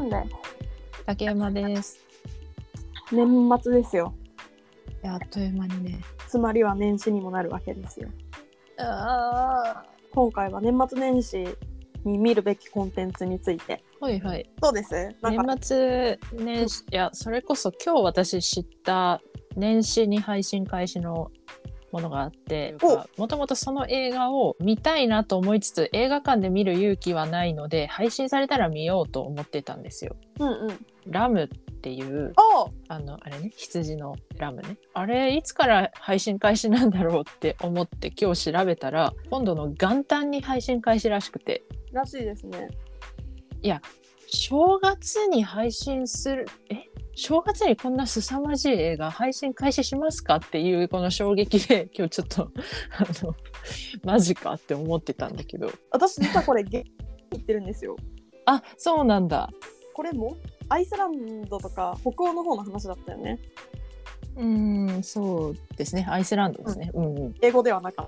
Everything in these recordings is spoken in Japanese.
んで竹山です。 年末ですよ。 あっという間にね。 つまりは年始にもなるわけですよ。今回は年末年始に見るべきコンテンツについて。 はいはい。 そうです。 年末年始、いやそれこそ今日私知った年始に配信開始のものがあって、もともとその映画を見たいなと思いつつ映画館で見る勇気はないので配信されたら見ようと思ってたんですよ。 うんうん。 ラムっていうあれね、羊のラムね、あれいつから配信開始なんだろうって思って今日調べたら今度の元旦に配信開始らしくて。 らしいですね。 いや正月に配信する正月にこんな凄まじい映画配信開始しますかっていうこの衝撃で今日ちょっとマジかって思ってたんだけど、 私実はこれ言ってるんですよ。 あ、そうなんだ。 これもアイスランドとか北欧の方の話だったよね。 そうですね、アイスランドですね、 英語ではなかった。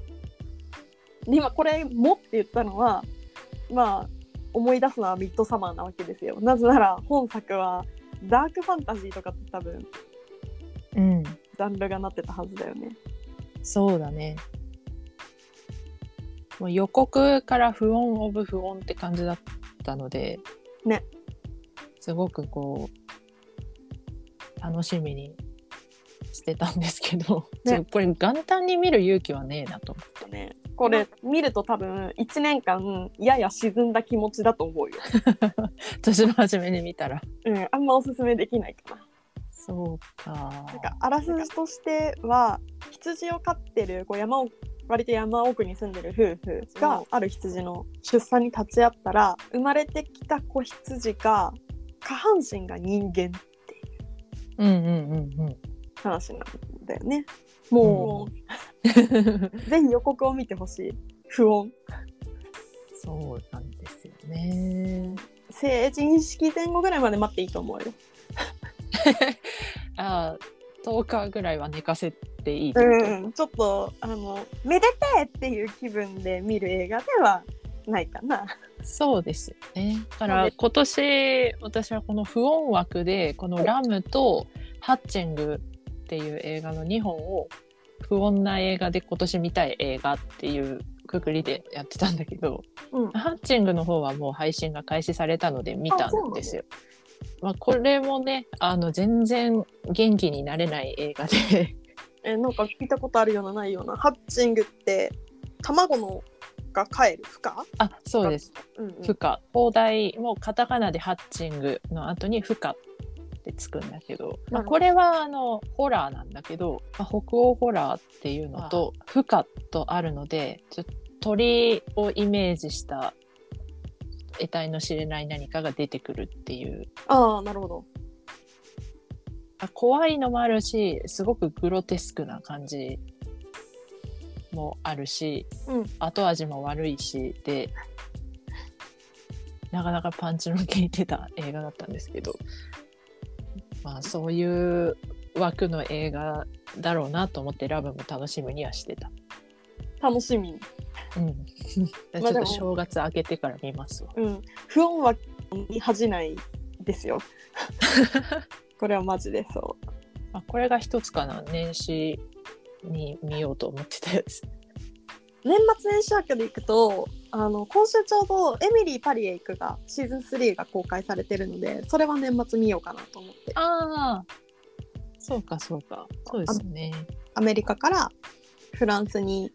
今これもって言ったのはまあ思い出すのはミッドサマーなわけですよ。なぜなら本作はダークファンタジーとかって多分、ジャンルがなってたはずだよね。 そうだね。もう予告から不穏オブ不穏って感じだったのでね、 すごくこう楽しみにしてたんですけど、ね、これ元旦に見る勇気はねえなと思ってね。 これ見ると多分1年間やや沈んだ気持ちだと思うよ。 年の初めに見たら、 あんまおすすめできないかな。 そうか。 なんかあらすじとしては羊を飼ってる割と山奥に住んでる夫婦がある羊の出産に立ち会ったら生まれてきた子羊が下半身が人間っていう話なんだよね。もう、ぜひ予告を見てほしい。不穏。 そうなんですよね。 成人式前後ぐらいまで待っていいと思うよ。 10日ぐらいは寝かせていいと、ちょっとめでてっていう気分で見る映画ではないかな。 そうですよね。だから今年私はこの不穏枠でこのラムとハッチングっていう映画の2本を不穏な映画で今年見たい映画っていうくくりでやってたんだけど、ハッチングの方はもう配信が開始されたので見たんですよ。これもね全然元気になれない映画でなんか聞いたことあるようなないような。ハッチングって卵のが帰る孵化？ あ、そうです、孵化。放題もカタカナでハッチングの後に孵化ってつくんだけど、これはホラーなんだけど、北欧ホラーっていうのと孵化とあるのでちょっと鳥をイメージした得体の知れない何かが出てくるっていう。 なるほど。 怖いのもあるしすごくグロテスクな感じもあるし、後味も悪いしでなかなかパンチの効いてた映画だったんですけど、そういう枠の映画だろうなと思ってラブも楽しみにはしてた。 楽しみに。 ちょっと正月明けてから見ますわ。 不穏はに恥じないですよ。これはマジでそう。 これが一つかな、年始に見ようと思ってたやつ。 年末年始明けでいくと今週ちょうどエミリー・パリへ行くがシーズン3が公開されてるのでそれは年末見ようかなと思って。 そうかそうですね。 アメリカからフランスに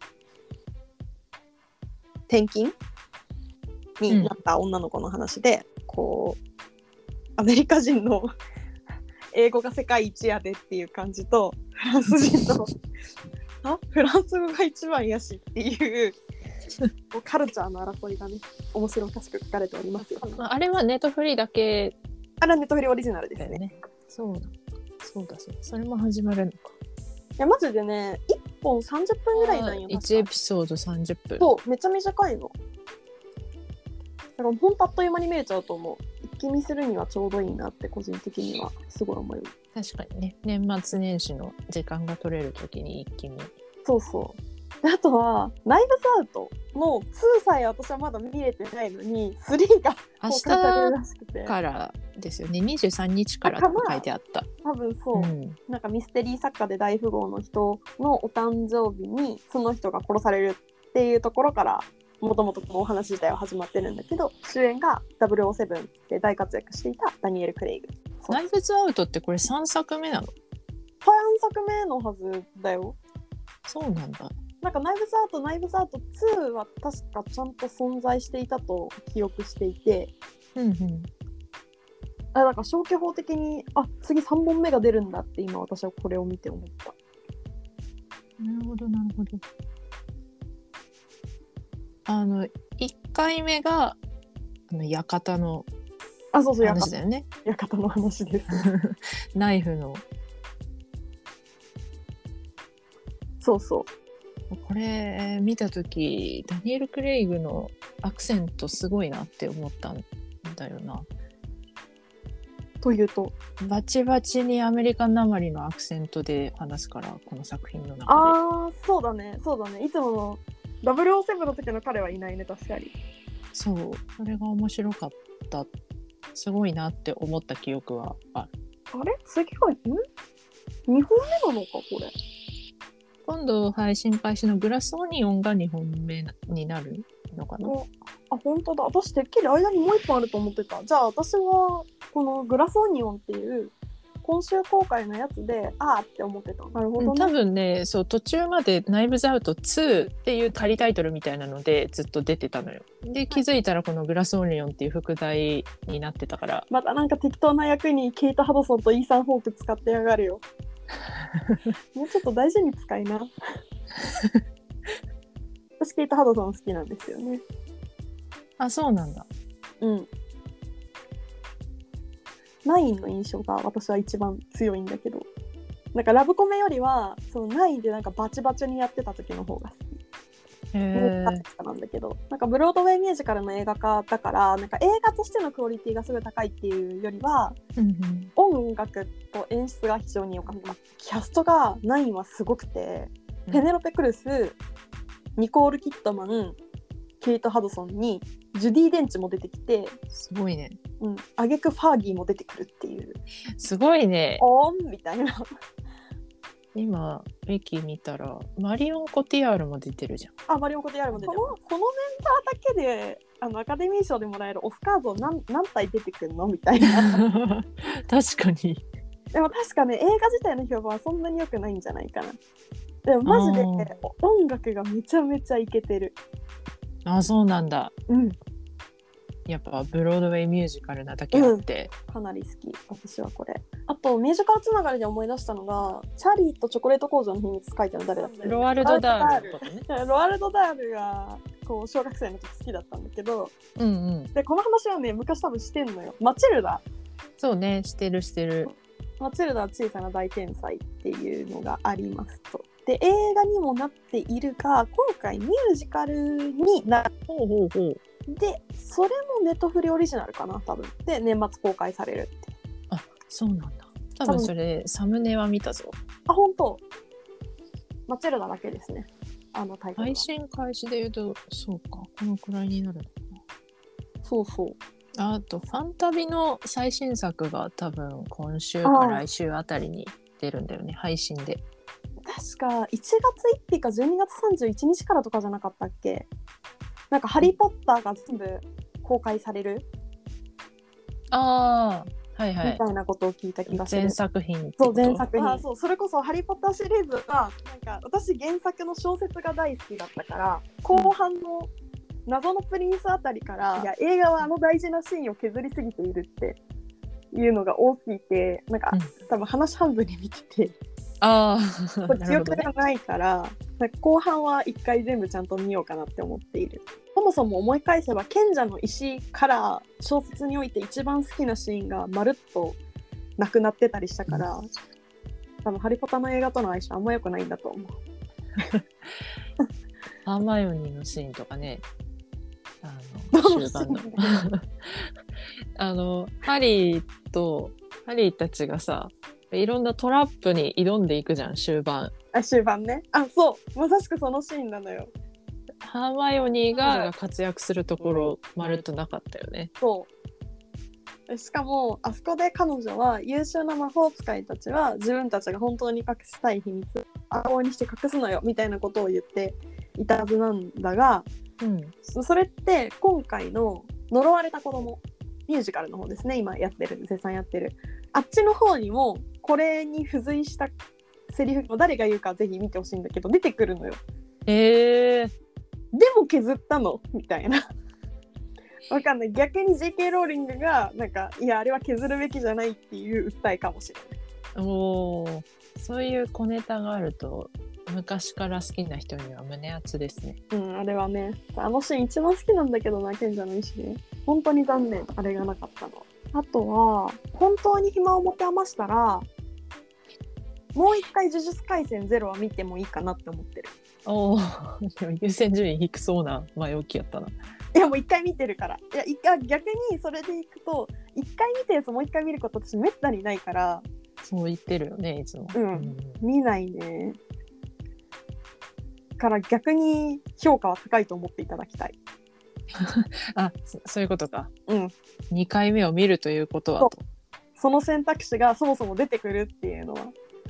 転勤になった女の子の話で、こうアメリカ人の英語が世界一やでっていう感じとフランス人のフランス語が一番やしっていうカルチャーの争いがね面白おかしく書かれておりますよ。 あれはネットフリだけ？ あれはネットフリオリジナルですね。 そうだそれも始まるのか。 いやマジでね1本30分ぐらいなんよ。 1エピソード30分。 そうめっちゃ短いの。だからほんとあっという間に見れちゃうと思う。一気見するにはちょうどいいなって個人的にはすごい思います。 確かにね、年末年始の時間が取れる時に一気見。 そう。 であとはナイブズアウトの2さえ私はまだ見れてないのに3が明公開されるらしくて、 日からですよね。23日からとか書いてあった。 多分そう、なんかミステリー作家で大富豪の人のお誕生日にその人が殺されるっていうところからもともとこのお話自体は始まってるんだけど、主演が007で大活躍していたダニエル・クレイグ。 ナイブズアウトってこれ3作目なの？ 3作目のはずだよ。 そうなんだ。 なんかナイブズアウト2は確かちゃんと存在していたと記憶していて、だから消去法的に次3本目が出るんだって今私はこれを見て思った。 なるほど。1回目が館の話だよね。 館の話ですナイフの。 そう。 これ見たときダニエル・クレイグのアクセントすごいなって思ったんだよな。 というとバチバチにアメリカンなまりのアクセントで話すから、この作品の中で。 そうだね。いつもの007の時の彼はいないね。確かにそう、それが面白かった。すごいなって思った記憶はある。 あれ次が2本目なのかこれ。 今度配信開始のグラスオニオンが2本目になるのかな。 本当だ。私てっきり間にもう1本あると思ってた。じゃあ私はこのグラスオニオンっていう今週公開のやつでって思ってた。なるほどね。 多分ね、そう途中までナイブズアウト2っていう仮タイトルみたいなのでずっと出てたのよ。で気づいたらこのグラスオニオンっていう副題になってたから。 またなんか適当な役にケイト・ハドソンとイーサン・ホーク使ってやがるよもうちょっと大事に使いな私ケイト・ハドソン好きなんですよね。 そうなんだ。 9の印象が私は一番強いんだけど、なんかラブコメよりはその9でなんかバチバチにやってた時の方が好き。なんだけど、なんかブロードウェイミュージカルの映画化だからなんか映画としてのクオリティがすごい高いっていうよりは、音楽と演出が非常に良かった。キャストが9はすごくて、ペネロペ・クルス、ニコール・キッドマン、ケイト・ハドソンにジュディ・デンチも出てきて、 すごいね。 あげくファーギーも出てくるっていう。 すごいね。 みたいな。 今ウィキ見たらマリオン・コティアールも出てるじゃん。 マリオン・コティアールも出てる。このメンバーだけでアカデミー賞でもらえるオスカー像何体出てくるのみたいな確かに。 でも確かね、映画自体の評判はそんなに良くないんじゃないかな。でもマジで音楽がめちゃめちゃイケてる。 そうなんだ。やっぱブロードウェイミュージカルなだけあって、 かなり好き私はこれ。あとミュージカルつながりで思い出したのが、チャリーとチョコレート工場の秘密書いたの誰だっけ？ ロワルド・ダールとかね。 ロワルド・ダールがこう小学生の時好きだったんだけど、でこの話はね昔多分してんのよ。マチルダ。 そうね、してる。 マチルダは小さな大天才っていうのがありますと。で映画にもなっているが、今回ミュージカルになる。でそれもネットフリオリジナルかな多分。で年末公開されるって。 そうなんだ。多分それサムネは見たぞ。 本当。マチルダだけですね。タイトルは。 配信開始でいうとそうか、このくらいになるのかな。 そう。 あとファンタビの最新作が多分今週か来週あたりに出るんだよね、配信で。 確か1月1日か12月31日からとかじゃなかったっけ？なんかハリーポッターが全部公開されるみたいなことを聞いた気がする。 全作品ってこと。そう、全作品。それこそハリーポッターシリーズはなんか私原作の小説が大好きだったから、後半の謎のプリンスあたりから、いや映画は大事なシーンを削りすぎているっていうのが多すぎて、なんか、多分話半分に見てて記憶がないから、なんか後半は一回全部ちゃんと見ようかなって思っている。そもそも思い返せば賢者の石から小説において一番好きなシーンがまるっとなくなってたりしたから、多分ハリポタの映画との相性あんま良くないんだと思うハーマイオニーのシーンとかね、終盤のハリーたちがさ、いろんなトラップに挑んでいくじゃん終盤。 終盤ね。あ、そうまさしくそのシーンなのよ。 ハーマイオニーが活躍するところまるっとなかったよね。 そうしかもあそこで彼女は優秀な魔法使いたちは自分たちが本当に隠したい秘密暗号にして隠すのよみたいなことを言っていたはずなんだが、それって今回の呪われた子供ミュージカルの方ですね、今やってる絶賛やってるあっちの方にもこれに付随したセリフを誰が言うかぜひ見てほしいんだけど出てくるのよ。でも削ったのみたいなわかんない、逆に JK ローリングがなんかいやあれは削るべきじゃないっていう訴えかもしれない。 そういう小ネタがあると昔から好きな人には胸熱ですね。 あれはね、あのシーン一番好きなんだけどな、賢者の石で本当に残念あれがなかったの。あとは本当に暇を持て余したらもう一回呪術廻戦ゼロは見てもいいかなって思ってる。 でも優先順位低そうな前置きやったな。 いやもう一回見てるから。いや逆にそれでいくと一回見たやつもう一回見ること私めったにないから。 そう言ってるよねいつも。 見ないね。から逆に評価は高いと思っていただきたい。 そういうことか。2回目を見るということはと。 その選択肢がそもそも出てくるっていうのは。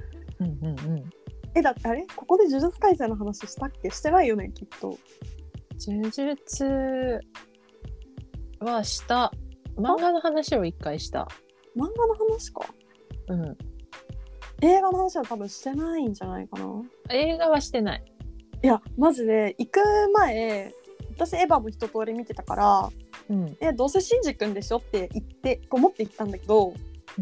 だってあれここで呪術廻戦の話したっけ？してないよねきっと。 呪術はした漫画の話を1回した。 漫画の話か。映画の話は多分してないんじゃないかな。 映画はしてない。 いやマジで行く前私エヴァも一通り見てたから、どうせシンジ君でしょって言って思って行ったんだけど、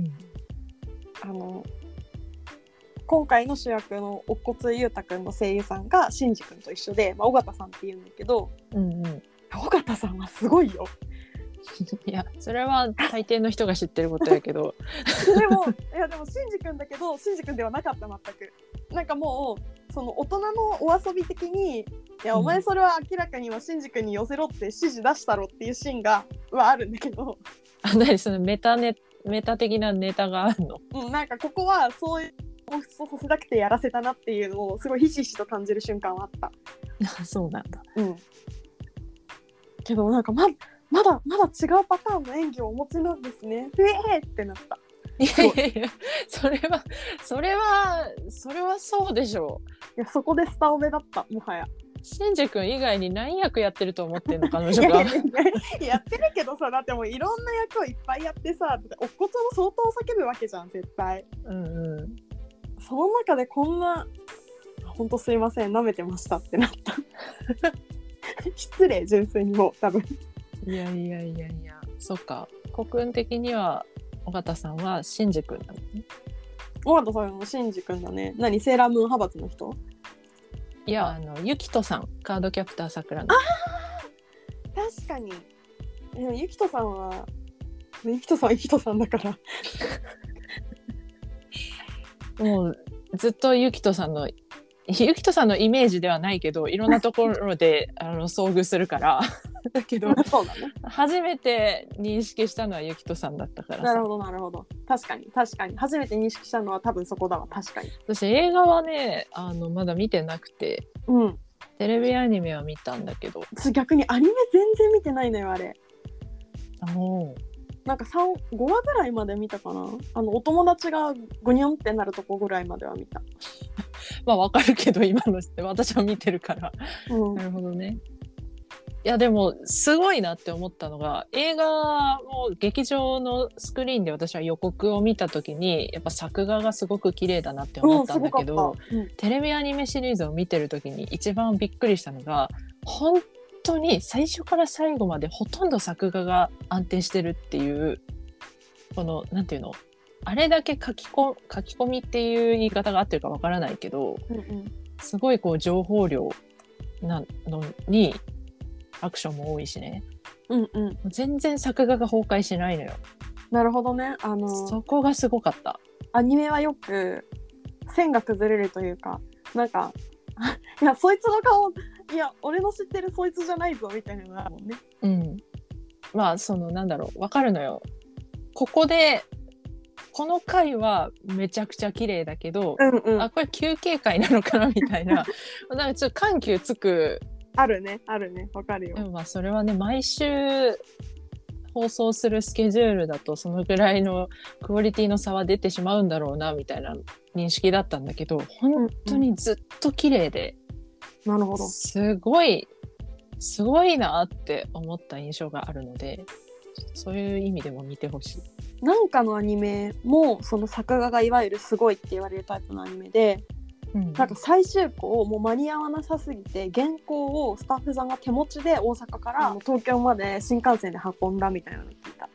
今回の主役の乙骨裕太くんの声優さんがシンジ君と一緒で、尾形さんって言うんだけど、尾形さんはすごいよ。 いやそれは大抵の人が知ってることやけどでもシンジ君だけどシンジ君ではなかった。全くなんかもうその大人のお遊び的にいやお前それは明らかにはシンジ君に寄せろって指示出したろっていうシーンがはあるんだけど何そのメタ的なネタがあるの？ なんかここはそういう放出をさせたくてやらせたなっていうのをすごいひしひしと感じる瞬間はあった。 そうなんだ。 けどなんかまだ違うパターンの演技をお持ちなんですね。ってなった。 いやそれはそうでしょう。いやそこでスタオベだったもはや。 シンジ君以外に何役やってると思ってんの彼女が。 やってるけどさ、だってもういろんな役をいっぱいやってさ、乙骨も相当叫ぶわけじゃん絶対。その中でこんなほんとすいません舐めてましたってなった失礼純粋にもう多分。 いやそっか国運的には尾形さんはシンジ君なのね。 尾形さんもシンジ君だね。何セーラームーン派閥の人？ いやゆきとさんカードキャプターさくらの。 確かに。でもゆきとさんはゆきとさんだからもうずっとゆきとさんのイメージではないけどいろんなところで遭遇するからだけどそうだね。 初めて認識したのはゆきとさんだったからさ。 なるほど確かに初めて認識したのは多分そこだわ。確かに私映画はねまだ見てなくて、テレビアニメは見たんだけど私逆にアニメ全然見てないのよあれ。なんか5話ぐらいまで見たかな。お友達がゴニョンってなるとこぐらいまでは見た。 まあわかるけど今のって私は見てるから、なるほどね。いやでもすごいなって思ったのが映画も劇場のスクリーンで私は予告を見た時にやっぱ作画がすごく綺麗だなって思ったんだけど、テレビアニメシリーズを見てる時に一番びっくりしたのが本当に最初から最後までほとんど作画が安定してるっていうこのなんていうのあれだけ書き込みっていう言い方が合ってるかわからないけど、すごいこう情報量なのにアクションも多いしね、全然作画が崩壊しないのよ。 なるほどね。 そこがすごかった。 アニメはよく線が崩れるというかなんかいやそいつの顔いや俺の知ってるそいつじゃないぞみたいなのがあるもんね。 まあそのなんだろうわかるのよ。ここでこの回はめちゃくちゃ綺麗だけど、 うんうん。 あ、これ休憩会なのかなみたいななんかちょっと緩急つく。 あるね、あるね。わかるよ。 でもまあそれはね、毎週放送するスケジュールだとそのぐらいのクオリティの差は出てしまうんだろうなみたいな認識だったんだけど、本当にずっと綺麗で、 なるほど。 すごいなって思った印象があるので、そういう意味でも見てほしい。 なんかのアニメもその作画がいわゆるすごいって言われるタイプのアニメで、なんか最終項もう間に合わなさすぎて原稿をスタッフさんが手持ちで大阪から東京まで新幹線で運んだみたいなの聞いた。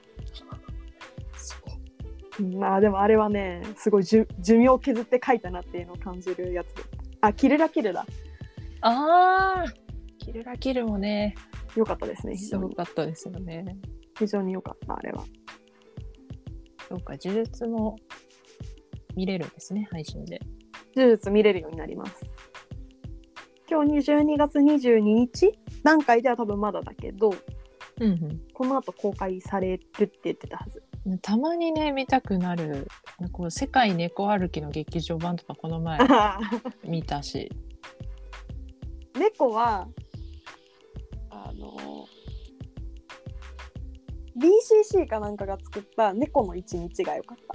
まあでもあれはねすごい寿命を削って書いたなっていうのを感じるやつ。あ、キルラキルだ。 あー、キルラキルもね良かったですね。 すごかったですよね。 非常に良かったあれは。 そうか、呪術も見れるんですね、配信で。 呪術見れるようになります。今日12月22日段階では多分まだだけど、 うんうん、 この後公開されるって言ってたはず。 たまにね見たくなる、こう世界猫歩きの劇場版とかこの前見たし猫はBCC かなんかが作った猫の一日が良かった。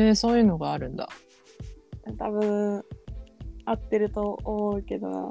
そういうのがあるんだ。 多分合ってると思うけどな。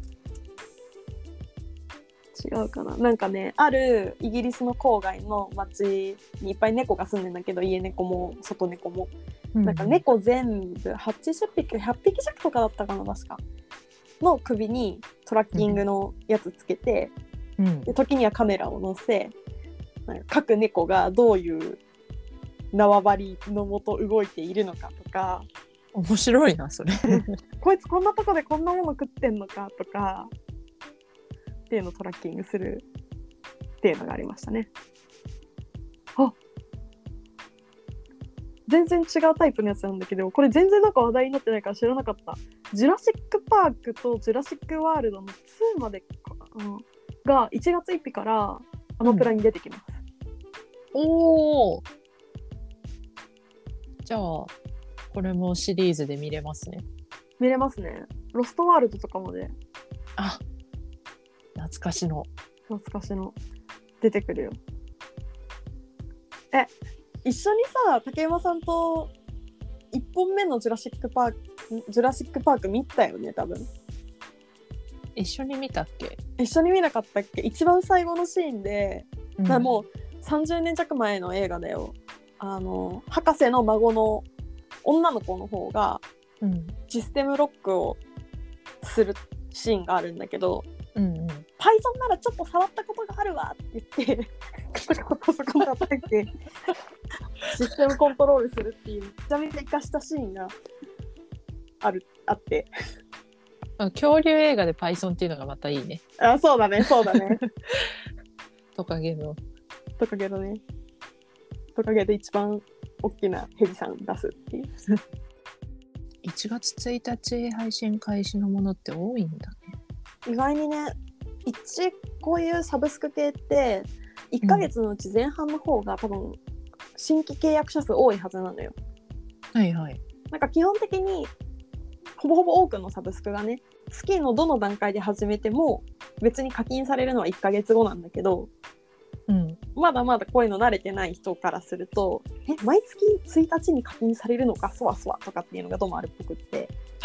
違うかな。なんかね、あるイギリスの郊外の町にいっぱい猫が住んでんだけど、家猫も外猫も、なんか猫全部80匹100匹弱とかだったかな、確かの首にトラッキングのやつつけて、で時にはカメラを載せ、各猫がどういう縄張りのもと動いているのかとか。 面白いなそれこいつこんなとこでこんなもの食ってんのかとかっていうのをトラッキングするっていうのがありましたね。あ、全然違うタイプのやつなんだけど、これ全然なんか話題になってないから知らなかった。ジュラシックパークとジュラシックワールドの2までが1月1日からアマプラに出てきます。 おー、じゃあこれもシリーズで見れますね。 見れますね。ロストワールドとかまで。 あ、懐かしの出てくるよ。一緒にさ、竹山さんと1本目のジュラシックパーク見たよね、多分。 一緒に見たっけ？ 一緒に見なかったっけ？一番最後のシーンで、もう30年弱前の映画だよ。博士の孫の女の子の方がシステムロックをするシーンがあるんだけど、Python ならちょっと触ったことがあるわって言ってパソコン叩いてシステムコントロールするっていうめちゃめちゃ活かしたシーンがあって、 恐竜映画で Python っていうのがまたいいね。 あ、そうだねトカゲのね、トカゲで一番大きなヘビさん出すっていう 1月1日配信開始のものって多いんだね。 意外にね。こういうサブスク系って1ヶ月のうち前半の方が多分新規契約者数多いはずなのよ。 はいはい。 なんか基本的にほぼほぼ多くのサブスクがね、月のどの段階で始めても別に課金されるのは1ヶ月後なんだけど、まだまだこういうの慣れてない人からすると、毎月1日に課金されるのかそわそわとかっていうのがどうもあるっぽくって、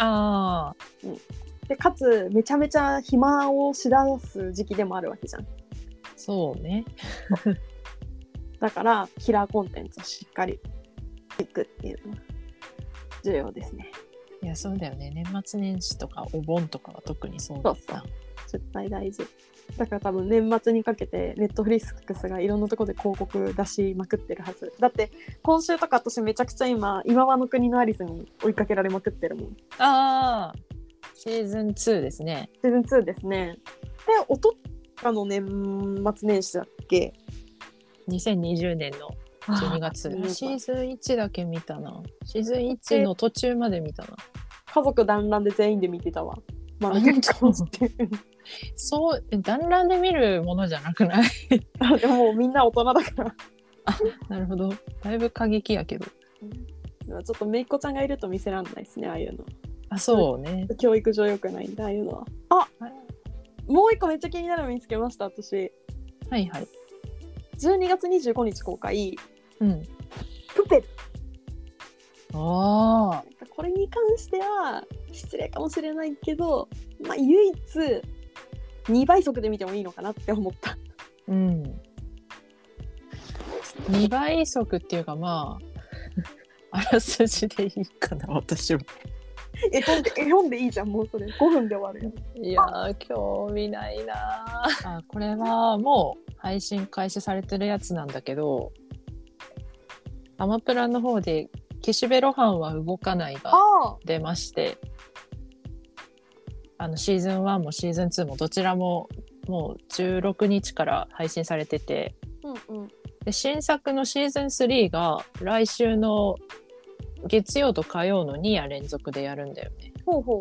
でかつめちゃめちゃ暇をしだす時期でもあるわけじゃん。 そうねだからキラーコンテンツをしっかりいくっていうのが重要ですね。 いや、そうだよね。年末年始とかお盆とかは特にそうだった。 絶対大事だから。多分年末にかけてネットフリックスがいろんなところで広告出しまくってるはずだって。今週とか私めちゃくちゃ今和の国のアリスに追いかけられまくってるもん。 シーズン2ですね。 シーズン2ですね。で、おとかの年末年始だっけ ？2020年の12月。シーズン1だけ見たな。シーズン1の途中まで見たな。 家族団らんで全員で見てたわ。 そう、団らんで見るものじゃなくない？ でもみんな大人だからなるほど。だいぶ過激やけど。 ちょっとめいっ子ちゃんがいると見せらんないですね、ああいうの。 あ、そうね。 教育上良くないんで、ああいうのは。あ、もう一個めっちゃ気になるの見つけました、私。 はいはい。 12月25日公開、 うん。 プペル。 ああ。 これに関しては失礼かもしれないけど、まあ、唯一2倍速で見てもいいのかなって思った。 うん。2倍速っていうか、まあ、あらすじでいいかな、私は。 絵本でいいじゃん、もうそれ。5分で終わるよ。 いやー、興味ないなあ。これはもう配信開始されてるやつなんだけど、アマプラの方で岸辺露伴は動かないが出まして、シーズン1もシーズン2もどちらももう16日から配信されてて、 うんうん、 で新作のシーズン3が来週の月曜と火曜の2夜連続でやるんだよね。 ほうほう。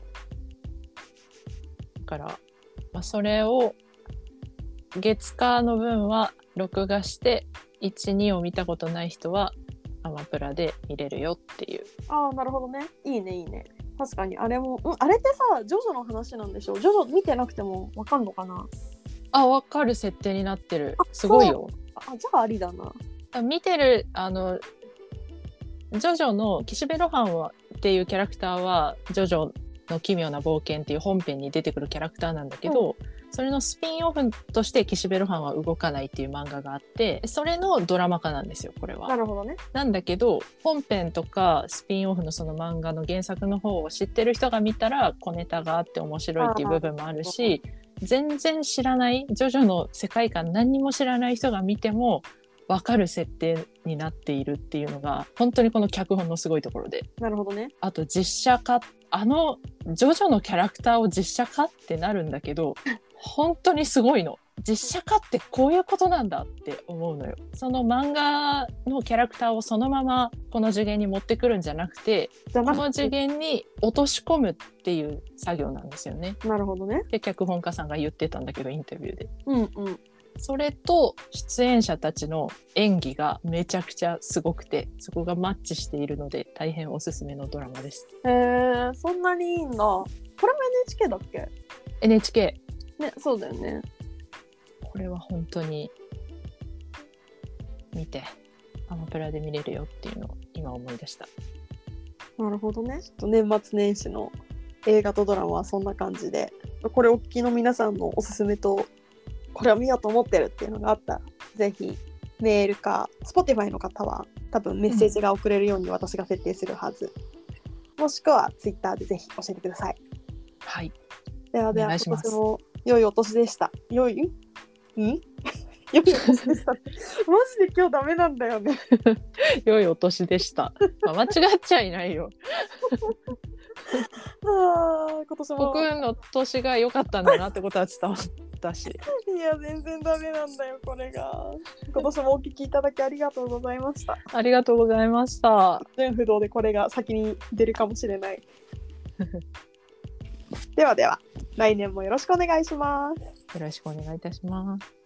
だから、まあ、それを月火の分は録画して1、2を見たことない人はアマプラで見れるよっていう。 ああ、なるほどね。いいねいいね。確かにあれも、あれってさ、ジョジョの話なんでしょ。ジョジョ見てなくてもわかんのかな。 あ、わかる設定になってる。すごいよ。 じゃあありだな。 見てるジョジョの岸辺露伴はっていうキャラクターはジョジョの奇妙な冒険っていう本編に出てくるキャラクターなんだけど、それのスピンオフとして岸辺露伴は動かないっていう漫画があって、それのドラマ化なんですよ、これは。 なるほどね。 なんだけど本編とかスピンオフのその漫画の原作の方を知ってる人が見たら小ネタがあって面白いっていう部分もあるし、全然知らないジョジョの世界観何にも知らない人が見ても分かる設定になっているっていうのが本当にこの脚本のすごいところで。 なるほどね。 あと実写化、ジョジョのキャラクターを実写化ってなるんだけど本当にすごいの。実写化ってこういうことなんだって思うのよ。その漫画のキャラクターをそのままこの次元に持ってくるんじゃなくて、この次元に落とし込むっていう作業なんですよね。 なるほどね。 で脚本家さんが言ってたんだけどインタビューで。 うんうん。 それと出演者たちの演技がめちゃくちゃすごくて、そこがマッチしているので大変おすすめのドラマです。 へえ、そんなにいいんだ。これも NHK だっけ？ NHK。 ね、そうだよね。 これは本当に見てアマプラで見れるよっていうのを今思い出した。 なるほどね。ちょっと年末年始の映画とドラマはそんな感じで、これお聞きの皆さんのおすすめとこれを見ようと思ってるっていうのがあったらぜひメールか Spotify の方は多分メッセージが送れるように私が設定するはず、もしくは Twitter でぜひ教えてください。 はい、 では今お願いします。 年も良いお年でした。良いお年でしたってマジで今日ダメなんだよね良いお年でした、まあ、間違っちゃいないよ今年も僕の年が良かったんだなってことは伝わったしいや全然ダメなんだよこれが。今年もお聞きいただきありがとうございました。 ありがとうございました。 全不動でこれが先に出るかもしれないではでは来年もよろしくお願いします。 よろしくお願いいたします。